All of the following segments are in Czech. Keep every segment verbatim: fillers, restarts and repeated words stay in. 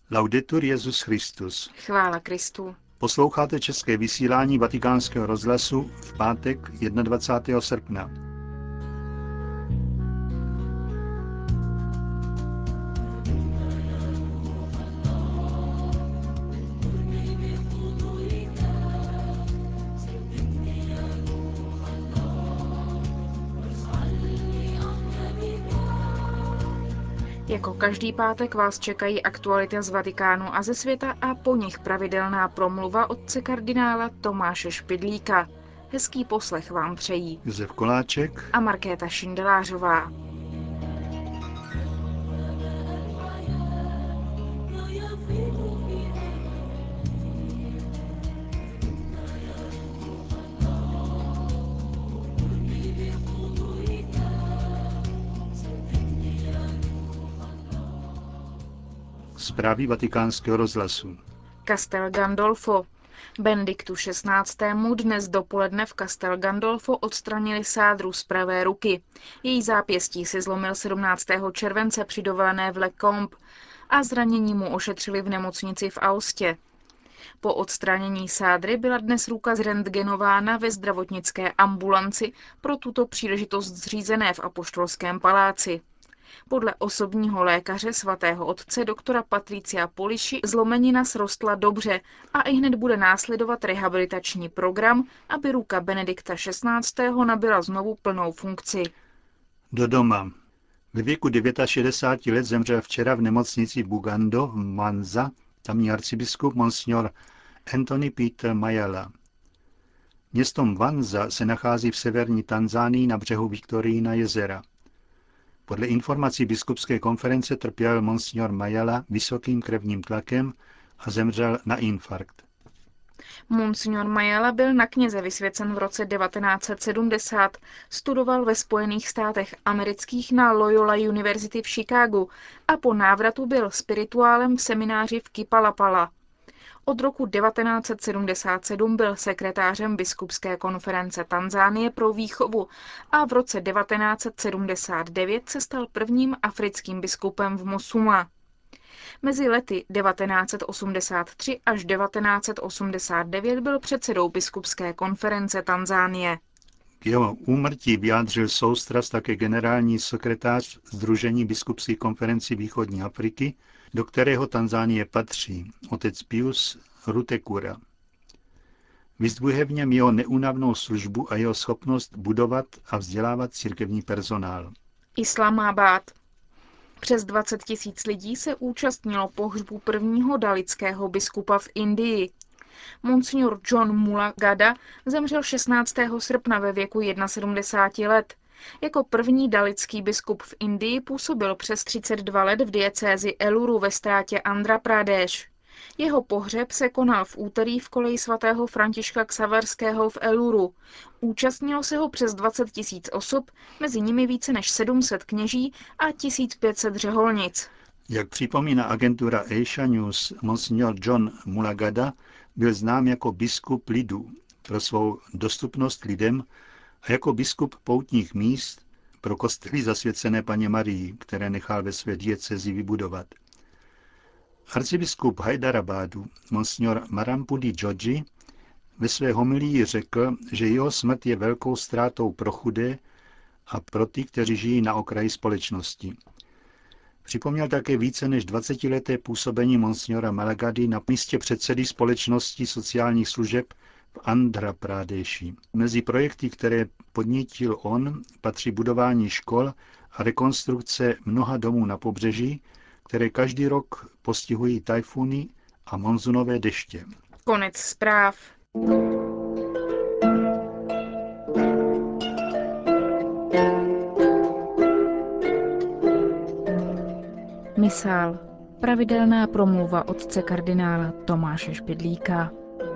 Laudetur Jesus Christus. Chvála Kristu. Posloucháte české vysílání Vatikánského rozhlasu v pátek dvacátého prvního srpna. Jako každý pátek vás čekají aktuality z Vatikánu a ze světa a po nich pravidelná promluva otce kardinála Tomáše Špidlíka. Hezký poslech vám přejí Josef Koláček a Markéta Šindelářová. Zprávy Vatikánského rozhlasu. Castel Gandolfo. Benediktu šestnáctému dnes dopoledne v Castel Gandolfo odstranili sádru z pravé ruky. Její zápěstí si zlomil sedmnáctého července při dovolené v Le Combe a zranění mu ošetřili v nemocnici v Austě. Po odstranění sádry byla dnes ruka zrentgenována ve zdravotnické ambulanci pro tuto příležitost zřízené v Apoštolském paláci. Podle osobního lékaře svatého otce doktora Patricia Poliši zlomenina srostla dobře a ihned bude následovat rehabilitační program, aby ruka Benedikta šestnáctého nabyla znovu plnou funkci. Do doma. Ve věku šedesáti devíti let zemřel včera v nemocnici Bugando v Mwanza tamní arcibiskup monsignor Anthony Peter Mayala. Město Mwanza se nachází v severní Tanzánii na břehu Viktorijina jezera. Podle informací biskupské konference trpěl monsignor Mayala vysokým krevním tlakem a zemřel na infarkt. Monsignor Mayala byl na kněze vysvěcen v roce devatenáct set sedmdesát, studoval ve Spojených státech amerických na Loyola University v Chicagu a po návratu byl spirituálem v semináři v Kipalapala. Od roku devatenáct set sedmdesát sedm byl sekretářem biskupské konference Tanzánie pro výchovu a v roce devatenáct set sedmdesát devět se stal prvním africkým biskupem v Mosuma. Mezi lety devatenáct set osmdesát tři až devatenáct set osmdesát devět byl předsedou biskupské konference Tanzánie. K jeho úmrtí vyjádřil soustrast také generální sekretář Sdružení biskupských konferencí východní Afriky, do kterého Tanzánie patří, otec Pius Rutekura. Vyzdvihuje v něm jeho neúnavnou službu a jeho schopnost budovat a vzdělávat církevní personál. Islamabad. Přes dvacet tisíc lidí se účastnilo pohřbu prvního dalitského biskupa v Indii. Monsignor John Mulagada zemřel šestnáctého srpna ve věku sedmdesáti jednoho let. Jako první dalitský biskup v Indii působil přes třicet dva let v diecézi Eluru ve státě Andhra Pradesh. Jeho pohřeb se konal v úterý v koleji svatého Františka Xaverského v Eluru. Účastnilo se ho přes dvacet tisíc osob, mezi nimi více než sedm set kněží a tisíc pět set řeholnic. Jak připomíná agentura Asia News, monsignor John Mulagada byl znám jako biskup lidu pro svou dostupnost lidem a jako biskup poutních míst pro kostely zasvěcené Panně Marii, které nechal ve své diecezi vybudovat. Arcibiskup Hyderabadu, monsignor Marampudi Joji, ve své homilii řekl, že jeho smrt je velkou ztrátou pro chudé a pro ty, kteří žijí na okraji společnosti. Připomněl také více než dvacetileté působení monsignora Malagady na místě předsedy společnosti sociálních služeb v Andhra Pradeši. Mezi projekty, které podnítil on, patří budování škol a rekonstrukce mnoha domů na pobřeží, které každý rok postihují tajfuny a monzunové deště. Konec zpráv. Misál. Pravidelná promluva otce kardinála Tomáše Špidlíka.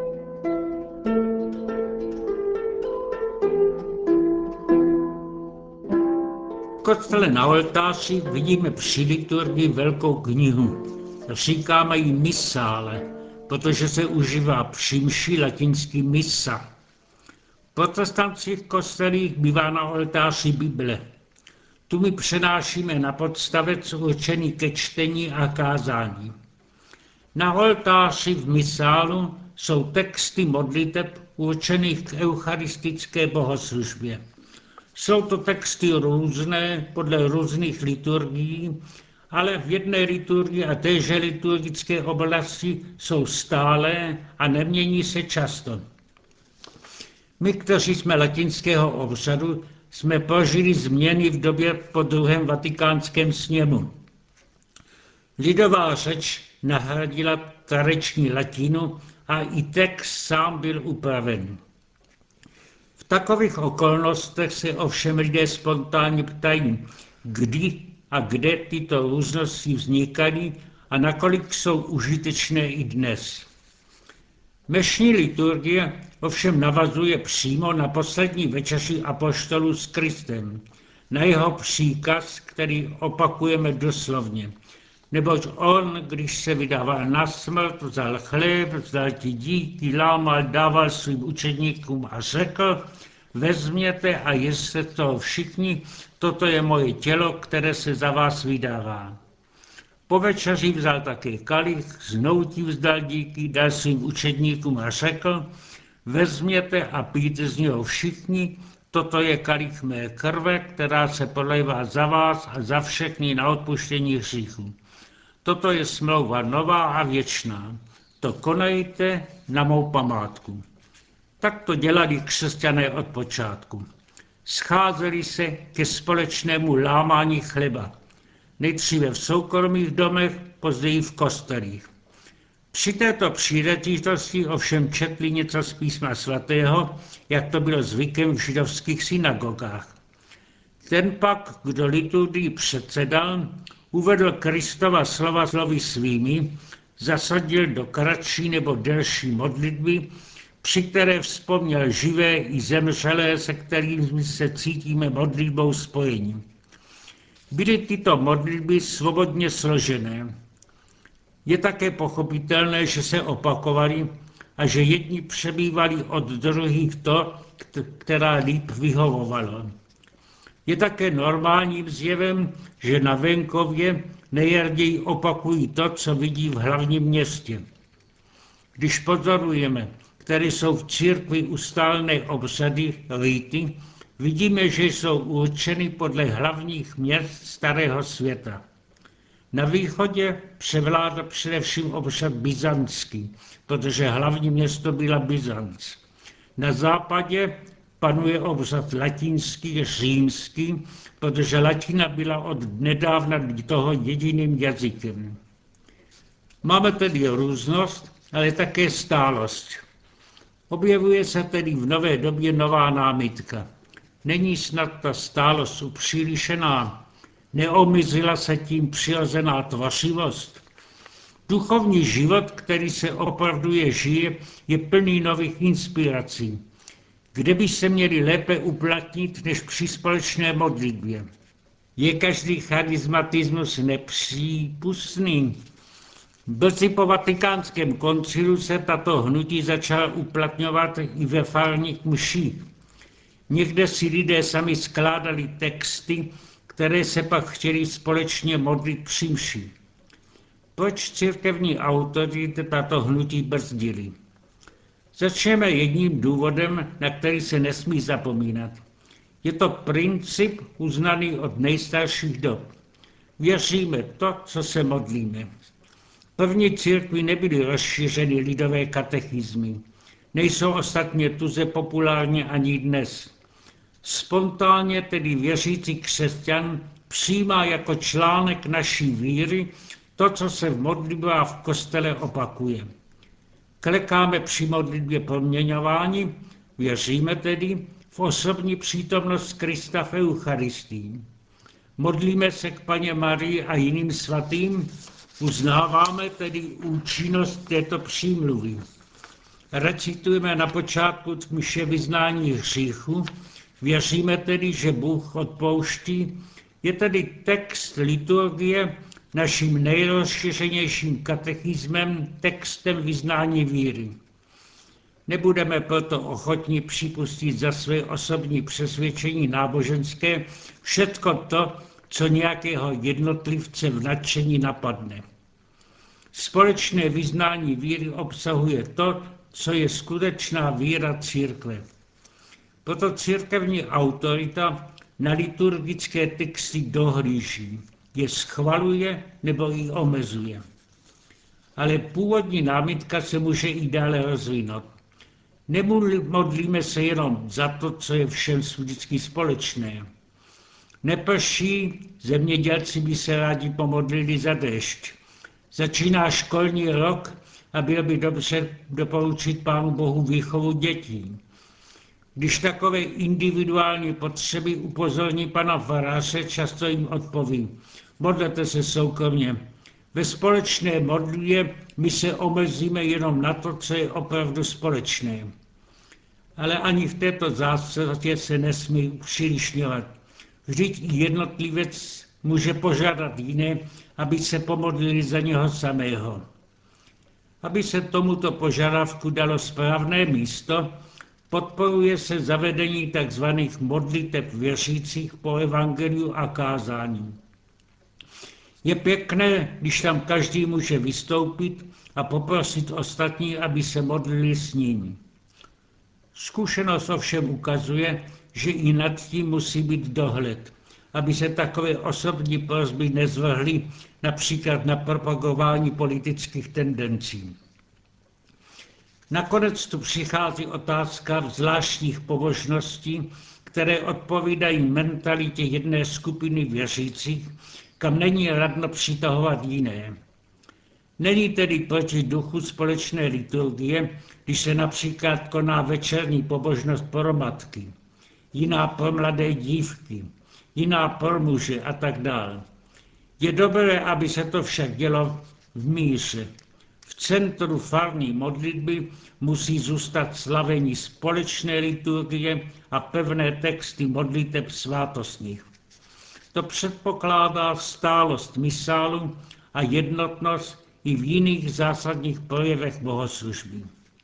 V kostele na oltáři vidíme při liturgii velkou knihu. Říkáme jí misále, protože se užívá při mši latinský missa. V protestantských kostelích bývá na oltáři Bible. Tu my přenášíme na podstavec určený ke čtení a kázání. Na oltáři v misálu jsou texty modliteb určených k eucharistické bohoslužbě. Jsou to texty různé podle různých liturgií, ale v jedné liturgii a téže liturgické oblasti jsou stálé a nemění se často. My, kteří jsme latinského obřadu, jsme prožili změny v době po druhém vatikánském sněmu. Lidová řeč nahradila tradiční latinu a i text sám byl upraven. V takových okolnostech se ovšem lidé spontánně ptají, kdy a kde tyto různosti vznikaly a nakolik jsou užitečné i dnes. Dnešní liturgie ovšem navazuje přímo na poslední večeři apoštolů s Kristem, na jeho příkaz, který opakujeme doslovně. Neboť on, když se vydával na smrt, vzal chléb, vzal ti díky, lámal, dával svým učedníkům a řekl, vezměte a jeste toho všichni, toto je moje tělo, které se za vás vydává. Po večeři vzal také kalich, znovu ti vzdal díky, dal svým učedníkům a řekl, vezměte a pijte z něho všichni, toto je kalich mé krve, která se polévá za vás a za všechny na odpuštění hříchů. Toto je smlouva nová a věčná. To konejte na mou památku. Tak to dělali křesťané od počátku. Scházeli se ke společnému lámání chleba. Nejdříve v soukromých domech, později v kostelích. Při této příležitosti ovšem četli něco z písma svatého, jak to bylo zvykem v židovských synagogách. Ten pak, kdo liturgii předsedal, uvedl Kristova slova slovy svými, zasadil do kratší nebo delší modlitby, při které vzpomněl živé i zemřelé, se kterými se cítíme modlitbou spojení. Byly tyto modlitby svobodně složené. Je také pochopitelné, že se opakovaly a že jedni přebývali od druhých to, která líp vyhovovalo. Je také normálním zjevem, že na venkově nejraději opakují to, co vidí v hlavním městě. Když pozorujeme, které jsou v církvi ustálené obřady, rity, vidíme, že jsou určeny podle hlavních měst starého světa. Na východě převládl především obřad byzantský, protože hlavní město byla Byzanc. Na západě panuje obřad latinský, římský, protože latina byla od nedávna toho jediným jazykem. Máme tedy různost, ale také stálost. Objevuje se tedy v nové době nová námitka. Není snad ta stálost upřílišená, neomizila se tím přirozená tvořivost. Duchovní život, který se opravduje žije, je plný nových inspirací. Kde by se měli lépe uplatnit než při společné modlitbě? Je každý charismatismus nepřípustný? Brzy po vatikánském koncilu se tato hnutí začala uplatňovat i ve farních mších. Někde si lidé sami skládali texty, které se pak chtěli společně modlit při mši. Proč církevní autority tato hnutí brzdili? Začneme jedním důvodem, na který se nesmí zapomínat. Je to princip uznaný od nejstarších dob. Věříme to, co se modlíme. První církvi nebyly rozšířeny lidové katechismy. Nejsou ostatně tuze populárně ani dnes. Spontánně tedy věřící křesťan přijímá jako článek naší víry to, co se v modlitbách v kostele opakuje. Klekáme při modlitbě proměňování, věříme tedy v osobní přítomnost Krista v Eucharistii. Modlíme se k Panně Marii a jiným svatým, uznáváme tedy účinnost této přímluvy. Recitujeme na počátku mše vyznání hříchu, věříme tedy, že Bůh odpouští, je tedy text liturgie naším nejrozšířenějším katechismem, textem vyznání víry. Nebudeme proto ochotni připustit za své osobní přesvědčení náboženské všetko to, co nějakého jednotlivce v nadšení napadne. Společné vyznání víry obsahuje to, co je skutečná víra církve. Proto církevní autorita na liturgické texty dohlíží, je schvaluje nebo ji omezuje. Ale původní námitka se může i dále rozvinout. Nemodlíme se jenom za to, co je všem vždycky společné. Neprší, zemědělci by se rádi pomodlili za déšť. Začíná školní rok a bylo by dobře doporučit Pánu Bohu výchovu dětí. Když takové individuální potřeby upozorní pana faráře, často jim odpoví: modlete se soukromně. Ve společné modlitbě my se omezíme jenom na to, co je opravdu společné. Ale ani v této zásadě se nesmí upřílišňovat. Vždyť i jednotlivec může požádat jiné, aby se pomodlili za něho samého. Aby se tomuto požadavku dalo správné místo, podporuje se zavedení tzv. Modliteb věřících po evangeliu a kázání. Je pěkné, když tam každý může vystoupit a poprosit ostatní, aby se modlili s ním. Zkušenost ovšem ukazuje, že i nad tím musí být dohled, aby se takové osobní prosby nezvrhly například na propagování politických tendencí. Nakonec tu přichází otázka zvláštních pobožností, které odpovídají mentalitě jedné skupiny věřících, kam není radno přitahovat jiné. Není tedy proti duchu společné liturgie, když se například koná večerní pobožnost pro matky, jiná pro mladé dívky, jiná pro muže a tak dále. Je dobré, aby se to však dělo v míře. V centru farní modlitby musí zůstat slavení společné liturgie a pevné texty modliteb svátostných. To předpokládá stálost misálu a jednotnost i v jiných zásadních projevech bohoslužby.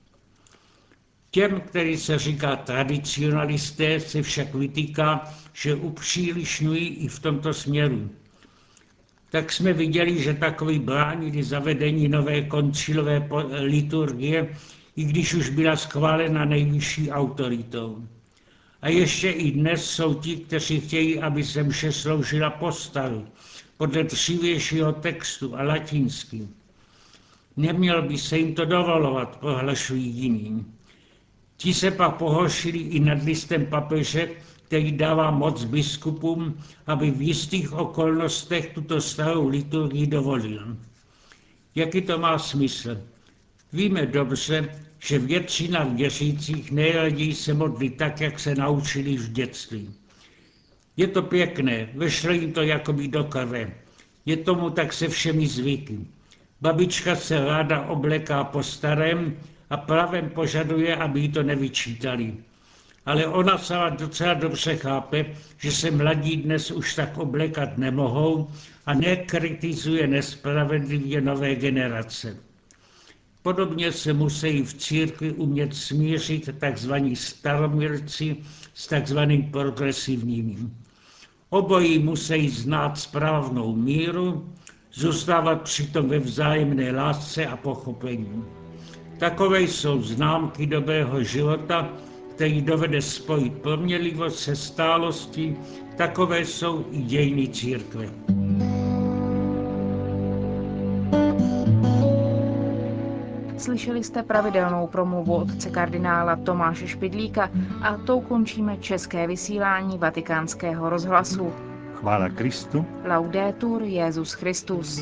Těm, který se říká tradicionalisté, se však vytýká, že upřílišňují i v tomto směru. Tak jsme viděli, že takový bránili zavedení nové koncilové liturgie, i když už byla schválena nejvyšší autoritou. A ještě i dnes jsou ti, kteří chtějí, aby se mše sloužila po staru, podle dřívějšího textu a latinsky. Neměl by se jim to dovolovat, prohlašují jiní. Ti se pak pohoršili i nad listem papeže, který dává moc biskupům, aby v jistých okolnostech tuto starou liturgii dovolil. Jaký to má smysl? Víme dobře, že většina věřících nejraději se modlí tak, jak se naučili v dětství. Je to pěkné, vešlo jim to jakoby do krve. Je tomu tak se všemi zvyky. Babička se ráda obléká po starém a právem požaduje, aby jí to nevyčítali. Ale ona sama docela dobře chápe, že se mladí dnes už tak oblékat nemohou a nekritizuje nespravedlivě nové generace. Podobně se musí v církvi umět smířit tzv. Staromilci s tzv. Progresivními. Obojí musí znát správnou míru, zůstávat přitom ve vzájemné lásce a pochopení. Takové jsou známky dobrého života, který dovede spojit proměnlivost se stálostí, takové jsou i dějiny církve. Slyšeli jste pravidelnou promluvu otce kardinála Tomáše Špidlíka a tou končíme české vysílání Vatikánského rozhlasu. Chvála Kristu. Laudetur Jesus Christus.